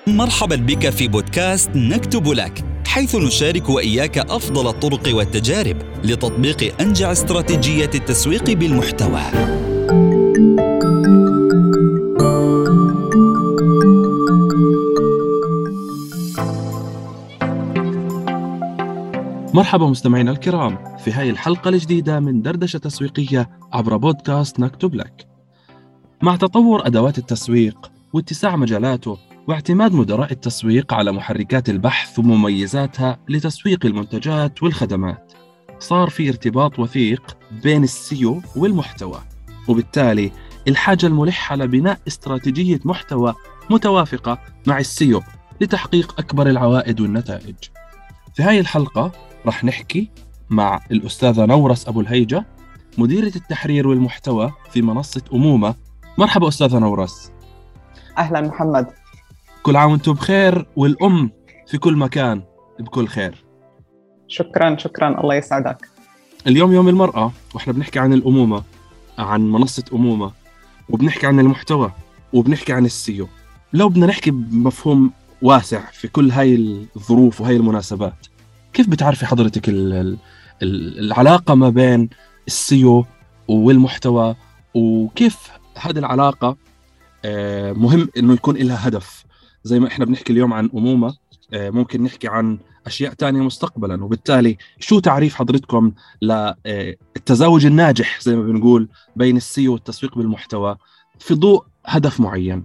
مرحبا بك في بودكاست نكتب لك، حيث نشارك وإياك أفضل الطرق والتجارب لتطبيق أنجع استراتيجية التسويق بالمحتوى. مرحبا مستمعينا الكرام في هذه الحلقة الجديدة من دردشة تسويقية عبر بودكاست نكتب لك. مع تطور أدوات التسويق واتساع مجالاته واعتماد مدراء التسويق على محركات البحث ومميزاتها لتسويق المنتجات والخدمات، صار في ارتباط وثيق بين السيو والمحتوى، وبالتالي الحاجة الملحة لبناء استراتيجية محتوى متوافقة مع السيو لتحقيق أكبر العوائد والنتائج. في هذه الحلقة رح نحكي مع الأستاذة نورس أبو الهيجة، مديرة التحرير والمحتوى في منصة أمومة. مرحبا أستاذة نورس. أهلا محمد. كل عام وانتم بخير، والأم في كل مكان بكل خير. شكرا الله يسعدك. اليوم يوم المرأة، وإحنا بنحكي عن الأمومة، عن منصة أمومة، وبنحكي عن المحتوى، وبنحكي عن السيو. لو بدنا نحكي بمفهوم واسع في كل هاي الظروف وهاي المناسبات، كيف بتعرفي حضرتك العلاقة ما بين السيو والمحتوى، وكيف هذه العلاقة مهم إنه يكون لها هدف؟ زي ما إحنا بنحكي اليوم عن أمومة، ممكن نحكي عن أشياء تانية مستقبلا. وبالتالي شو تعريف حضرتكم للتزاوج الناجح زي ما بنقول بين السيو والتسويق بالمحتوى في ضوء هدف معين؟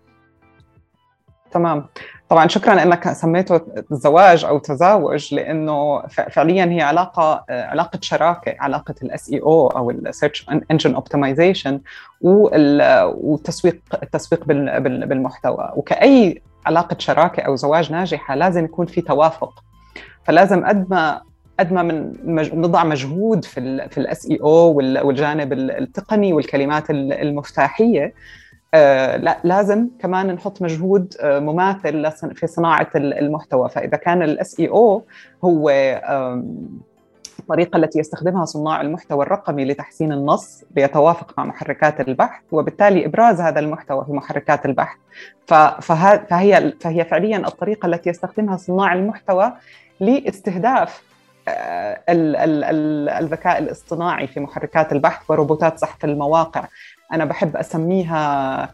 تمام، طبعا شكرا انك سميته زواج او تزاوج، لانه فعليا هي علاقه شراكه، علاقه الاس اي او او السيرش انجن اوبتمايزيشن والتسويق بالمحتوى. وكأي علاقه شراكه او زواج ناجحه لازم يكون في توافق، فلازم قد ما نضع مجهود في الاس اي او والجانب التقني والكلمات المفتاحيه، لازم كمان نحط مجهود مماثل في صناعة المحتوى. فإذا كان الاس اي او هو الطريقة التي يستخدمها صناع المحتوى الرقمي لتحسين النص بيتوافق مع محركات البحث، وبالتالي إبراز هذا المحتوى في محركات البحث، فهي فعليا الطريقة التي يستخدمها صناع المحتوى لاستهداف الذكاء الاصطناعي في محركات البحث وروبوتات سحب المواقع. أنا بحب أسميها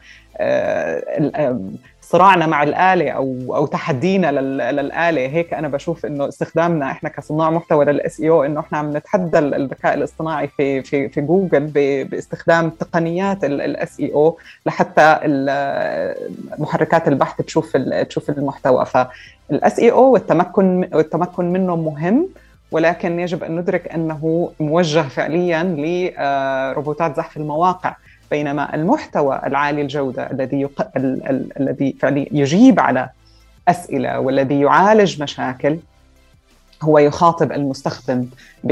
صراعنا مع الآلة أو تحدينا للآلة. هيك أنا بشوف إنه استخدامنا إحنا كصناع محتوى للإس إي أو، إنه إحنا عم نتحدى الذكاء الاصطناعي في جوجل باستخدام تقنيات الإس إي أو لحتى محركات البحث تشوف المحتوى. فالإس إي أو والتمكن منه مهم، ولكن يجب أن ندرك أنه موجه فعلياً لروبوتات زحف المواقع، بينما المحتوى العالي الجودة الذي فعليا يجيب على أسئلة والذي يعالج مشاكل هو يخاطب المستخدم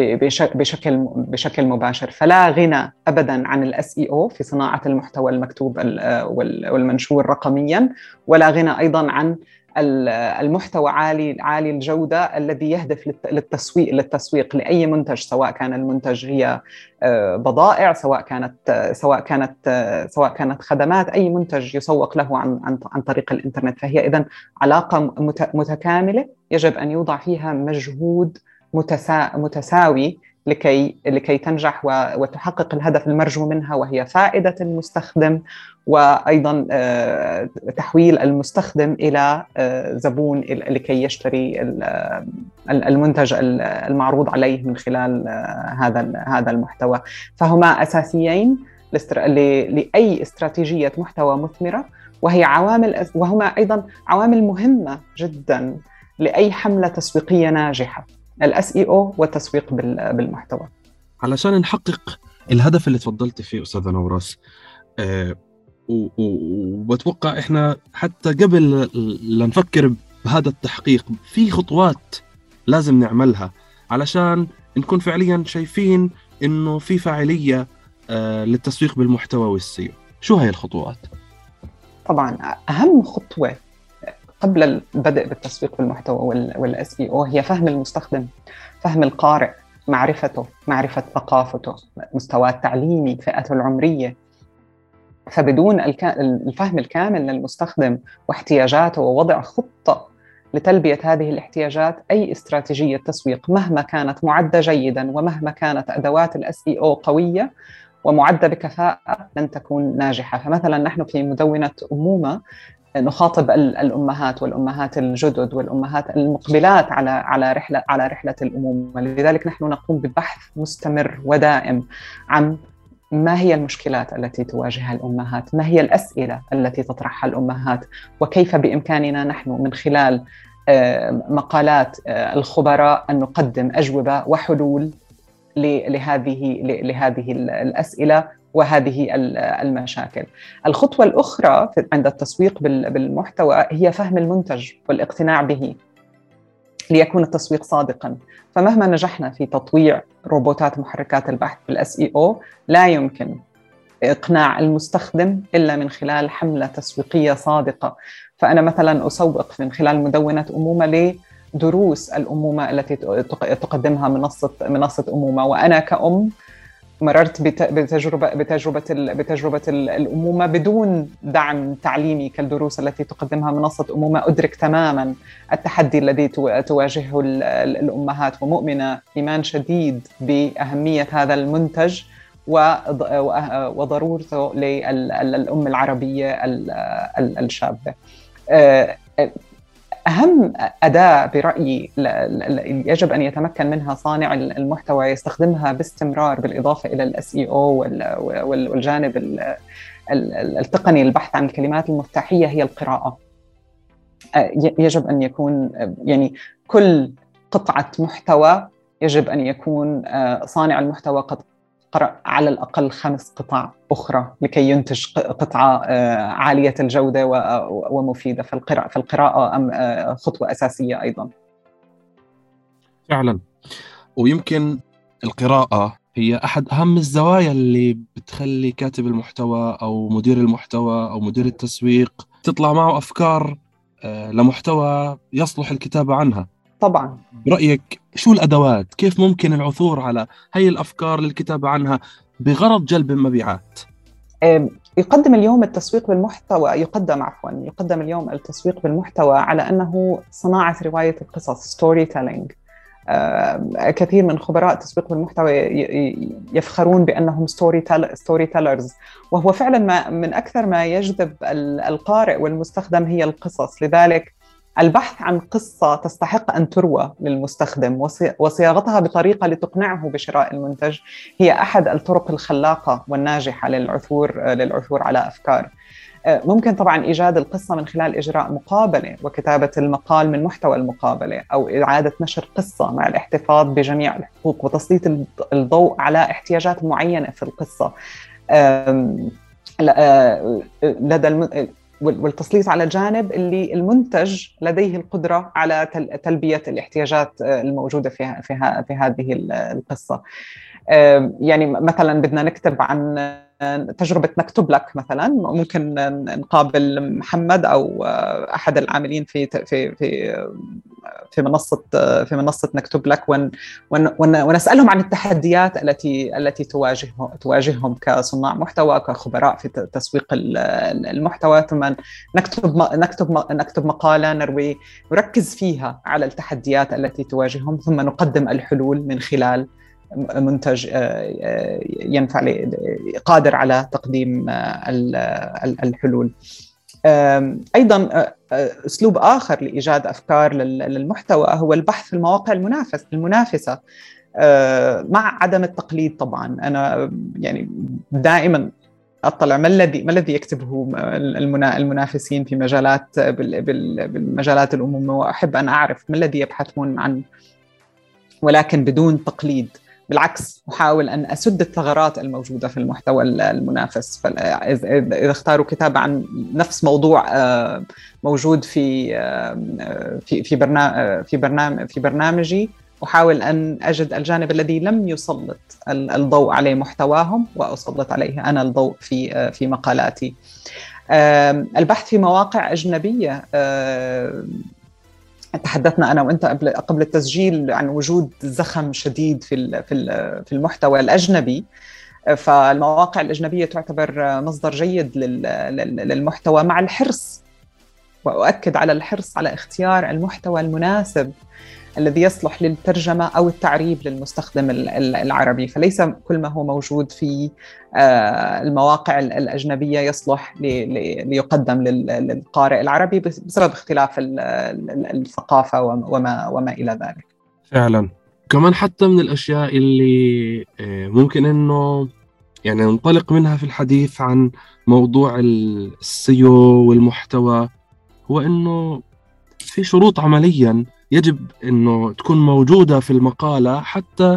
بشكل مباشر. فلا غنى أبداً عن الاس اي او في صناعة المحتوى المكتوب والمنشور رقمياً، ولا غنى أيضاً عن المحتوى عالي الجودة الذي يهدف للتسويق لأي منتج، سواء كان المنتج هي بضائع، سواء كانت خدمات، أي منتج يسوق له عن طريق الإنترنت. فهي إذن علاقة متكاملة يجب أن يوضع فيها مجهود متساوي لكي تنجح وتحقق الهدف المرجو منها، وهي فائدة المستخدم، وأيضا تحويل المستخدم إلى زبون لكي يشتري المنتج المعروض عليه من خلال هذا المحتوى. فهما أساسيين لأي استراتيجية محتوى مثمرة، وهما أيضا عوامل مهمة جدا لأي حملة تسويقية ناجحة، الاس اي او والتسويق بالمحتوى. علشان نحقق الهدف اللي تفضلت فيه أستاذة نورس، وبتوقع إحنا حتى قبل لا نفكر بهذا التحقيق في خطوات لازم نعملها علشان نكون فعليا شايفين إنه في فاعلية للتسويق بالمحتوى والسيو. شو هاي الخطوات؟ طبعا أهم خطوة قبل البدء بالتسويق بالمحتوى والاس اي او هي فهم المستخدم، فهم القارئ، معرفة ثقافته، مستواه التعليمي، فئته العمرية، فبدون الفهم الكامل للمستخدم واحتياجاته ووضع خطة لتلبية هذه الاحتياجات، أي استراتيجية تسويق مهما كانت معدة جيداً ومهما كانت أدوات SEO قوية ومعدة بكفاءة لن تكون ناجحة. فمثلاً نحن في مدونة أمومة نخاطب الأمهات والأمهات الجدد والأمهات المقبلات على رحلة الأمومة، لذلك نحن نقوم ببحث مستمر ودائم عن ما هي المشكلات التي تواجهها الأمهات، ما هي الأسئلة التي تطرحها الأمهات، وكيف بإمكاننا نحن من خلال مقالات الخبراء أن نقدم أجوبة وحلول لهذه الأسئلة وهذه المشاكل. الخطوة الأخرى عند التسويق بالمحتوى هي فهم المنتج والاقتناع به ليكون التسويق صادقاً. فمهما نجحنا في تطويع روبوتات محركات البحث بالSEO لا يمكن إقناع المستخدم إلا من خلال حملة تسويقية صادقة. فأنا مثلاً أسوق من خلال مدونة أمومة لدروس الأمومة التي تقدمها منصة أمومة، وأنا كأم مررت بتجربة الأمومة بدون دعم تعليمي كالدروس التي تقدمها منصة أمومة. أدرك تماماً التحدي الذي تواجهه الأمهات، ومؤمنة إيمان شديد بأهمية هذا المنتج وضرورته للأم العربية الشابة. أهم أداة برأيي يجب أن يتمكن منها صانع المحتوى يستخدمها باستمرار بالإضافة إلى SEO والجانب التقني للبحث عن الكلمات المفتاحية هي القراءة. يجب أن يكون يعني كل قطعة محتوى يجب أن يكون صانع المحتوى قد قرأ على الأقل 5 قطع أخرى لكي ينتج قطعة عالية الجودة ومفيدة. فالقراءة خطوة أساسية أيضاً. فعلاً، ويمكن القراءة هي أحد أهم الزوايا اللي بتخلي كاتب المحتوى أو مدير المحتوى أو مدير التسويق تطلع معه أفكار لمحتوى يصلح الكتابة عنها. طبعاً. برأيك شو الأدوات؟ كيف ممكن العثور على هاي الأفكار للكتابة عنها بغرض جلب المبيعات؟ يقدم اليوم التسويق بالمحتوى على أنه صناعة رواية القصص story telling. كثير من خبراء التسويق بالمحتوى يفخرون بأنهم story tellers، وهو فعلا من أكثر ما يجذب القارئ والمستخدم هي القصص. لذلك البحث عن قصة تستحق أن تروى للمستخدم وصياغتها بطريقة لتقنعه بشراء المنتج هي أحد الطرق الخلاقة والناجحة للعثور على أفكار. ممكن طبعاً إيجاد القصة من خلال إجراء مقابلة وكتابة المقال من محتوى المقابلة، أو إعادة نشر قصة مع الاحتفاظ بجميع الحقوق وتسليط الضوء على احتياجات معينة في القصة والتسليط على الجانب اللي المنتج لديه القدرة على تلبية الاحتياجات الموجودة في هذه القصة. يعني مثلا بدنا نكتب عن تجربة نكتب لك مثلا، ممكن نقابل محمد أو أحد العاملين في منصة نكتب لك ونسألهم عن التحديات التي تواجههم كصناع محتوى كخبراء في تسويق المحتوى، ثم نكتب مقالة نركز فيها على التحديات التي تواجههم، ثم نقدم الحلول من خلال منتج ينفع قادر على تقديم الحلول. أيضاً أسلوب آخر لإيجاد أفكار للمحتوى هو البحث في المواقع المنافسة مع عدم التقليد. طبعاً أنا يعني دائماً أطلع ما الذي يكتبه المنافسين في بالمجالات الأمومة، وأحب أن أعرف ما الذي يبحثون عنه، ولكن بدون تقليد. بالعكس أحاول أن أسد الثغرات الموجودة في المحتوى المنافس. فإذا اختاروا كتاب عن نفس موضوع موجود في برنامجي، أحاول أن أجد الجانب الذي لم يسلط الضوء عليه محتواهم وأسلط عليه أنا الضوء في مقالاتي. البحث في مواقع أجنبية، تحدثنا أنا وأنت قبل التسجيل عن وجود زخم شديد في المحتوى الأجنبي. فالمواقع الأجنبية تعتبر مصدر جيد للمحتوى، مع الحرص، وأؤكد على الحرص على اختيار المحتوى المناسب الذي يصلح للترجمة أو التعريب للمستخدم العربي. فليس كل ما هو موجود في المواقع الأجنبية يصلح ليقدم للقارئ العربي بسبب اختلاف الثقافة وما إلى ذلك. فعلا. كمان حتى من الأشياء اللي ممكن إنه يعني ننطلق منها في الحديث عن موضوع السيو والمحتوى، هو إنه في شروط عمليا يجب إنه تكون موجودة في المقالة حتى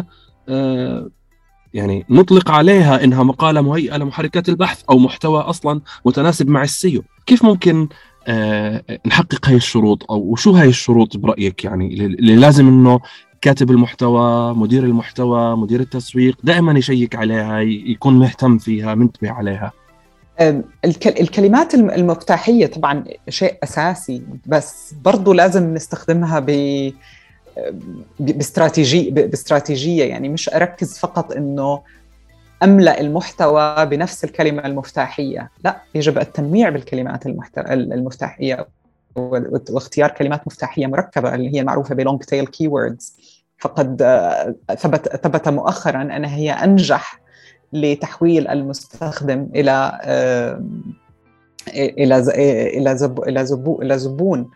يعني نطلق عليها إنها مقالة مهيئة لمحركات البحث أو محتوى أصلا متناسب مع السيو. كيف ممكن نحقق هاي الشروط، أو وشو هاي الشروط برأيك يعني اللي لازم إنه كاتب المحتوى، مدير المحتوى، مدير التسويق دائما يشيك عليها، يكون مهتم فيها، منتبه عليها؟ الكلمات المفتاحية طبعا شيء أساسي، بس برضو لازم نستخدمها باستراتيجية. يعني مش أركز فقط إنه أملأ المحتوى بنفس الكلمة المفتاحية، لا، يجب التنويع بالكلمات المفتاحية واختيار كلمات مفتاحية مركبة اللي هي المعروفة بلونج تيل كيوردز. فقد ثبت مؤخرا أنها هي أنجح لتحويل المستخدم إلى زبون.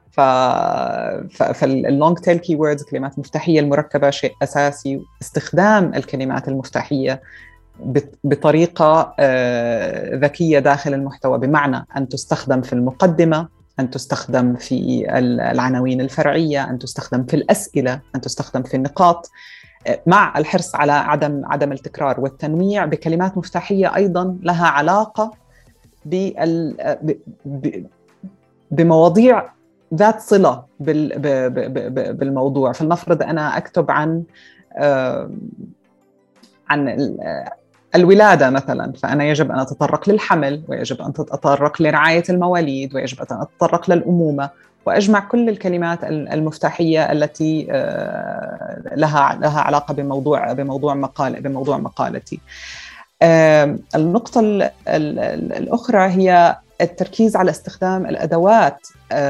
فاللونج تيل كيوردز، كلمات مفتاحية المركبة، شيء أساسي. استخدام الكلمات المفتاحية بطريقة ذكية داخل المحتوى، بمعنى أن تستخدم في المقدمة، أن تستخدم في العناوين الفرعية، أن تستخدم في الأسئلة، أن تستخدم في النقاط، مع الحرص على عدم التكرار والتنويع بكلمات مفتاحية أيضا لها علاقة بمواضيع ذات صلة بالموضوع. فلنفرض أنا أكتب عن الولادة مثلا، فأنا يجب أن أتطرق للحمل، ويجب أن أتطرق لرعاية المواليد، ويجب أن أتطرق للأمومة، وأجمع كل الكلمات المفتاحية التي لها علاقة بموضوع مقالتي. النقطة الأخرى هي التركيز على استخدام الأدوات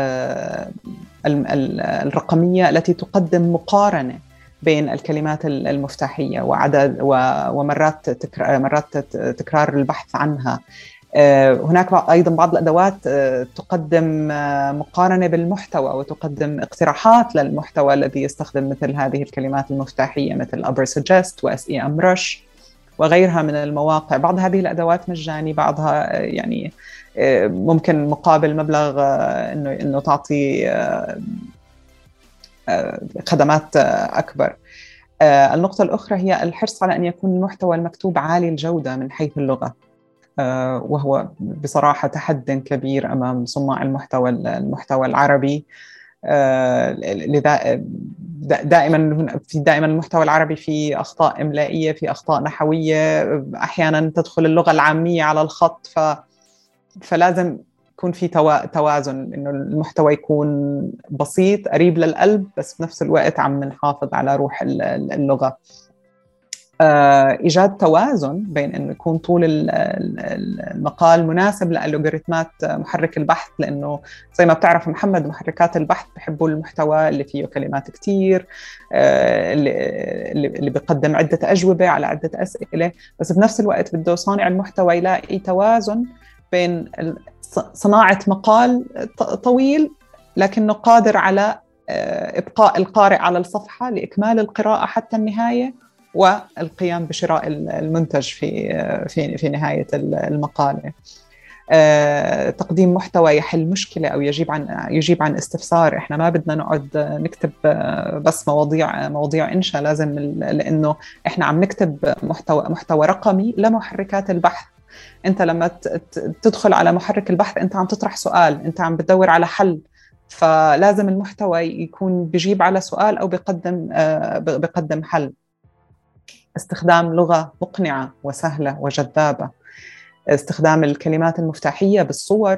الرقمية التي تقدم مقارنة بين الكلمات المفتاحية ومرات تكرار البحث عنها. هناك أيضا بعض الأدوات تقدم مقارنة بالمحتوى وتقدم اقتراحات للمحتوى الذي يستخدم مثل هذه الكلمات المفتاحية، مثل UberSuggest وSEMrush وغيرها من المواقع. بعض هذه الأدوات مجاني، بعضها يعني ممكن مقابل مبلغ إنه تعطي خدمات أكبر. النقطة الأخرى هي الحرص على أن يكون المحتوى المكتوب عالي الجودة من حيث اللغة، وهو بصراحة تحدي كبير أمام صناع المحتوى العربي. دائما المحتوى العربي فيه أخطاء إملائية، في أخطاء نحوية، أحيانا تدخل اللغة العامية على الخط، فلازم يكون في توازن، إنه المحتوى يكون بسيط قريب للقلب، بس في نفس الوقت عم نحافظ على روح اللغة. إيجاد توازن بين إنه يكون طول المقال مناسب لألغوريتمات محرك البحث، لأنه زي ما بتعرف محمد، محركات البحث بيحبوا المحتوى اللي فيه كلمات كتير، اللي بيقدم عدة أجوبة على عدة أسئلة، بس بنفس الوقت بده صانع المحتوى يلاقي توازن بين صناعة مقال طويل لكنه قادر على إبقاء القارئ على الصفحة لإكمال القراءة حتى النهاية، والقيام بشراء المنتج في نهاية المقالة. تقديم محتوى يحل مشكلة أو يجيب عن استفسار. إحنا ما بدنا نقعد نكتب بس مواضيع إنشاء، لازم، لأنه إحنا عم نكتب محتوى رقمي لمحركات البحث. أنت لما تدخل على محرك البحث أنت عم تطرح سؤال، أنت عم بتدور على حل، فلازم المحتوى يكون بيجيب على سؤال أو بيقدم حل. استخدام لغة مقنعة وسهلة وجذابة، استخدام الكلمات المفتاحية بالصور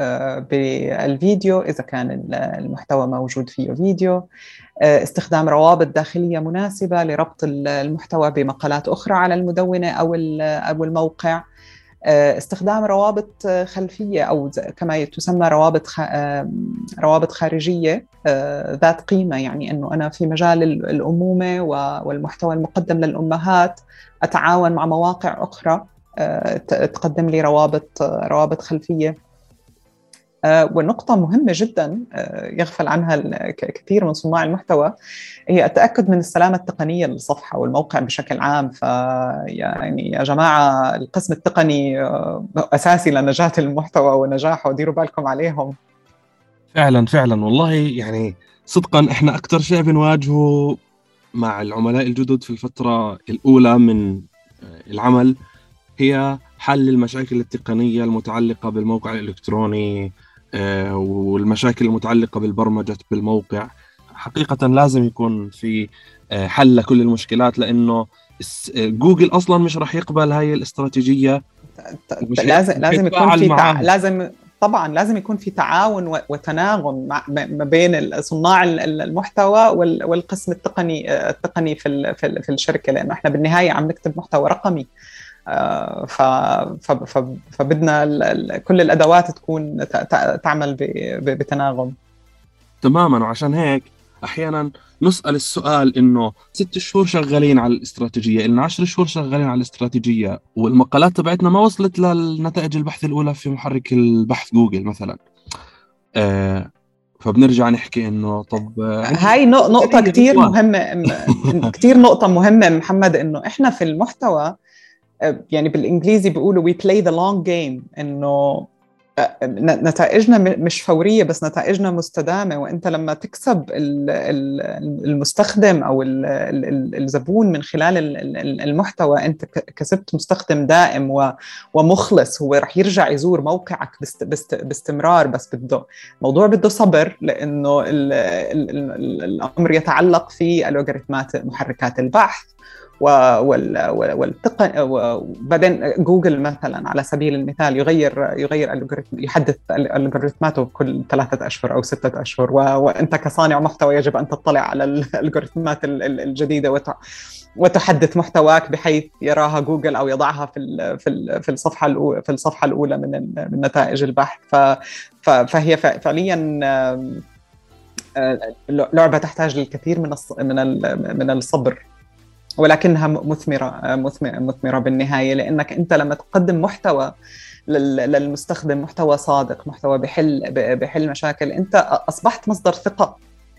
بالفيديو إذا كان المحتوى موجود فيه فيديو، استخدام روابط داخلية مناسبة لربط المحتوى بمقالات أخرى على المدونة أو الموقع، استخدام روابط خلفية أو كما تسمى روابط خارجية ذات قيمة، يعني أنه أنا في مجال الأمومة والمحتوى المقدم للأمهات أتعاون مع مواقع أخرى تقدم لي روابط خلفية. ونقطة مهمة جدا يغفل عنها كثير من صناع المحتوى هي التأكد من السلامة التقنية للصفحة والموقع بشكل عام. يعني يا جماعة القسم التقني أساسي لنجاح المحتوى ونجاحه، ديروا بالكم عليهم. فعلا فعلا والله، يعني صدقا احنا أكثر شيء بنواجهه مع العملاء الجدد في الفترة الأولى من العمل هي حل المشاكل التقنية المتعلقة بالموقع الإلكتروني والمشاكل المتعلقة بالبرمجة بالموقع. حقيقة لازم يكون في حل لكل المشكلات، لأنه جوجل أصلا مش راح يقبل هاي الاستراتيجية. لازم يكون في لازم يكون في تعاون وتناغم ما بين صناع المحتوى والقسم التقني في الشركة، لأنه احنا بالنهاية عم نكتب محتوى رقمي. فبدنا كل الأدوات تكون تعمل بتناغم. تماما. وعشان هيك أحيانا نسأل السؤال إنه 6 شهور شغالين على الاستراتيجية، إلنا 10 شهور شغالين على الاستراتيجية، والمقالات تبعتنا ما وصلت للنتائج البحث الأولى في محرك البحث جوجل مثلا. فبنرجع نحكي إنه طب هاي نقطة كتير مهمة كتير نقطة مهمة محمد، إنه إحنا في المحتوى يعني بالإنجليزي بيقولوا we play the long game، إنه نتائجنا مش فورية بس نتائجنا مستدامة. وإنت لما تكسب المستخدم أو الزبون من خلال المحتوى، أنت كسبت مستخدم دائم ومخلص، هو رح يرجع يزور موقعك باستمرار. بس بده صبر، لأنه الأمر يتعلق في الألغوريثمات محركات البحث والتقن. وبعدين جوجل مثلا على سبيل المثال يغير يحدث الالغوريثماته كل 3 أشهر أو 6 أشهر، وأنت كصانع محتوى يجب أن تطلع على الالغوريثمات الجديدة وتحدث فمحتواك بحيث يراها جوجل أو يضعها في الصفحة الأولى من نتائج البحث. فهي فعليا لعبة تحتاج للكثير من الصبر، ولكنها مثمرة بالنهاية، لأنك أنت لما تقدم محتوى للمستخدم، محتوى صادق، محتوى بحل مشاكل، أنت أصبحت مصدر ثقة.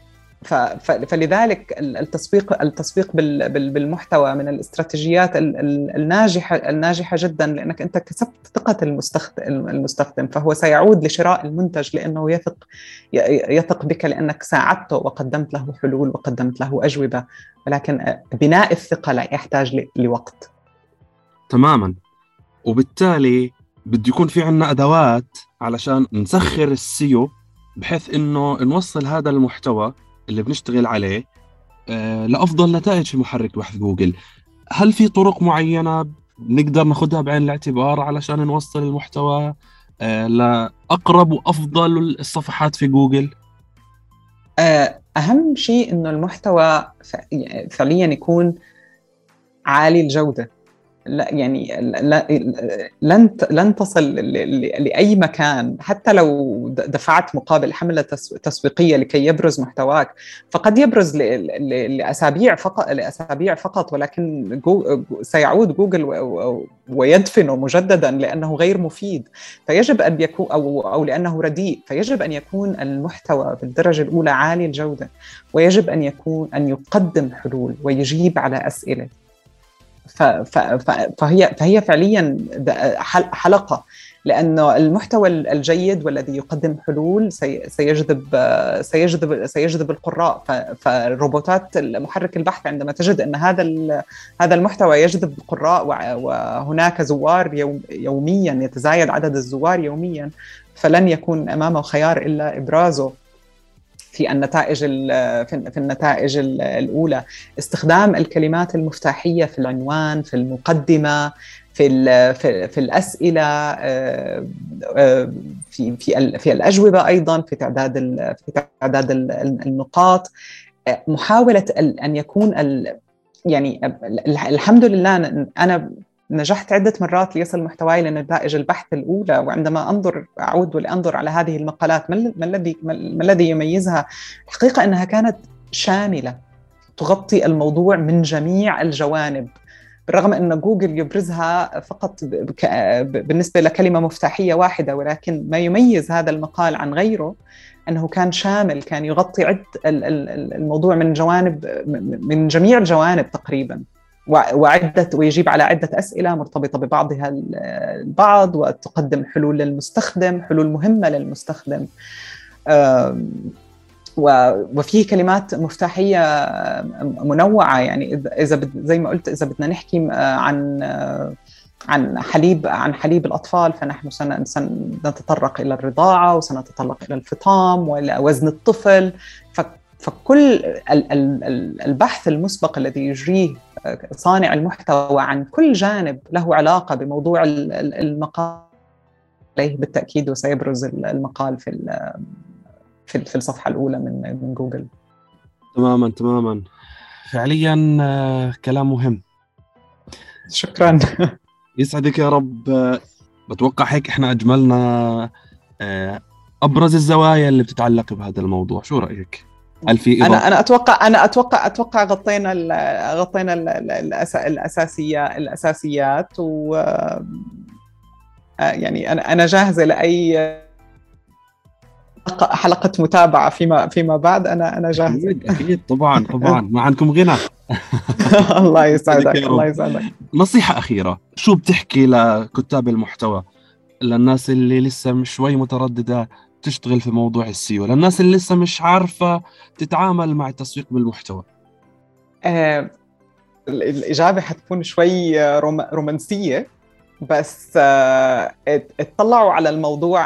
فلذلك التسويق بالمحتوى من الاستراتيجيات الناجحة جدا، لأنك أنت كسبت ثقة المستخدم، فهو سيعود لشراء المنتج لأنه يثق بك، لأنك ساعدته وقدمت له حلول وقدمت له أجوبة. ولكن بناء الثقة لا يحتاج لوقت. تماما. وبالتالي بده يكون في عنا أدوات علشان نسخر السيو بحيث إنه نوصل هذا المحتوى اللي بنشتغل عليه لأفضل نتائج في محرك بحث جوجل. هل في طرق معينة نقدر ناخدها بعين الاعتبار علشان نوصل المحتوى لأقرب وأفضل الصفحات في جوجل؟ أهم شيء إنه المحتوى فعليا يكون عالي الجودة. لا يعني لن تصل لأي مكان حتى لو دفعت مقابل حملة تسويقية لكي يبرز محتواك، فقد يبرز لأسابيع فقط، ولكن سيعود جوجل ويدفنه مجددا لأنه غير مفيد، فيجب أن يكون أو لأنه رديء. فيجب أن يكون المحتوى بالدرجة الأولى عالي الجودة، ويجب أن يقدم حلول ويجيب على أسئلة. فهي فعليا حلقة، لأنه المحتوى الجيد والذي يقدم حلول سيجذب القراء. فالروبوتات محرك البحث عندما تجد أن هذا المحتوى يجذب القراء وهناك زوار يوميا، يتزايد عدد الزوار يوميا، فلن يكون أمامه خيار إلا إبرازه في النتائج الأولى. استخدام الكلمات المفتاحية في العنوان، في المقدمة، في الأسئلة، في الأجوبة أيضا، في تعداد النقاط. محاولة أن يكون يعني الحمد لله أنا نجحت عدة مرات ليصل محتواي لنتائج البحث الأولى، وعندما أعود ولأنظر على هذه المقالات ما الذي يميزها؟ الحقيقة أنها كانت شاملة تغطي الموضوع من جميع الجوانب، بالرغم أن جوجل يبرزها فقط بالنسبة لكلمة مفتاحية واحدة، ولكن ما يميز هذا المقال عن غيره أنه كان شامل، كان يغطي الموضوع من جميع الجوانب تقريباً، ويجيب على عدة أسئلة مرتبطة ببعضها البعض، وتقدم حلول للمستخدم، حلول مهمة للمستخدم، وفيه كلمات مفتاحية منوعة. يعني إذا زي ما قلت، إذا بدنا نحكي عن حليب الأطفال، فنحن سنتطرق إلى الرضاعة، وسنتطرق إلى الفطام وإلى وزن الطفل. فكل البحث المسبق الذي يجريه صانع المحتوى عن كل جانب له علاقة بموضوع المقال عليه بالتأكيد، وسيبرز المقال في الصفحة الأولى من جوجل. تماما فعليا كلام مهم. شكرا. يسعدك يا رب. بتوقع هيك احنا أجملنا أبرز الزوايا اللي بتتعلق بهذا الموضوع. شو رأيك؟ هل في إضافة؟ أنا أتوقع غطينا الأساسيات، و يعني أنا جاهزة لأي حلقة متابعة فيما بعد. أنا جاهزة. أكيد طبعا ما عنكم غنى. الله يسعدك. الله يسعدك. نصيحة أخيرة، شو بتحكي لكتاب المحتوى، للناس اللي لسه شوي مترددة تشتغل في موضوع السيو، للناس اللي لسه مش عارفة تتعامل مع التسويق بالمحتوى؟ الإجابة حتكون شوي رومانسية، بس اطلعوا على الموضوع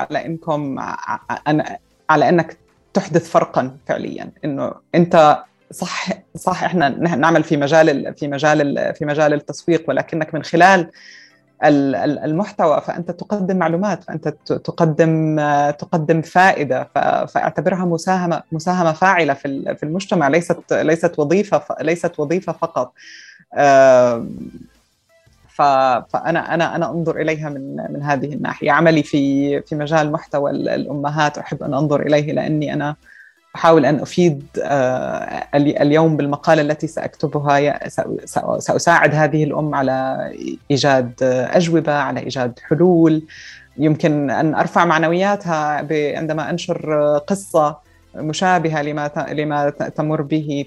على أنك تحدث فرقا فعليا، إنه أنت صح إحنا نعمل في مجال التسويق، ولكنك من خلال المحتوى فأنت تقدم معلومات، فأنت تقدم فائدة، فاعتبرها مساهمة فاعلة في المجتمع، ليست وظيفة فقط. فأنا أنظر إليها من هذه الناحية. عملي في مجال محتوى الأمهات أحب أن أنظر إليه، لأني أنا أحاول أن أفيد اليوم بالمقالة التي سأكتبها. سأساعد هذه الأم على إيجاد أجوبة، على إيجاد حلول، يمكن أن أرفع معنوياتها عندما أنشر قصة مشابهة لما تمر به.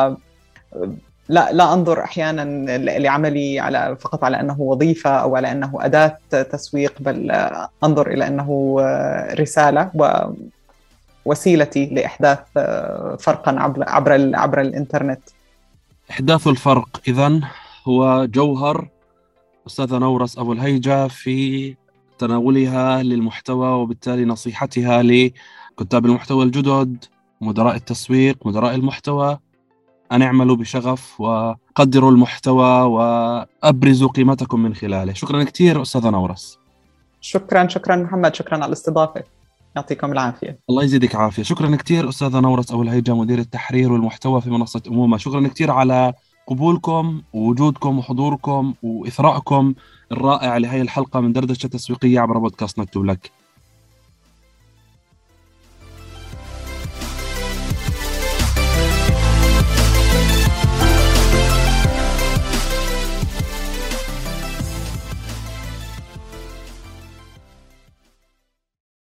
لا أنظر أحيانا لعملي فقط على أنه وظيفة أو على أنه أداة تسويق، بل أنظر إلى أنه رسالة ووسيلتي لإحداث فرقا عبر الإنترنت. إحداث الفرق إذن هو جوهر أستاذة نورس أبو الهيجة في تناولها للمحتوى، وبالتالي نصيحتها لكتاب المحتوى الجدد، مدراء التسويق، مدراء المحتوى، أن اعملوا بشغف وقدروا المحتوى وأبرزوا قيمتكم من خلاله. شكرا كثير أستاذة نورس. شكرا محمد، شكرا على الاستضافة، يعطيكم العافية. الله يزيدك عافية. شكرا كثير أستاذة نورس أبو الهيجة، مدير التحرير والمحتوى في منصة أمومة. شكرا كثير على قبولكم ووجودكم وحضوركم وإثراءكم الرائع لهذه الحلقة من دردشة تسويقية عبر بودكاست نكتب لك.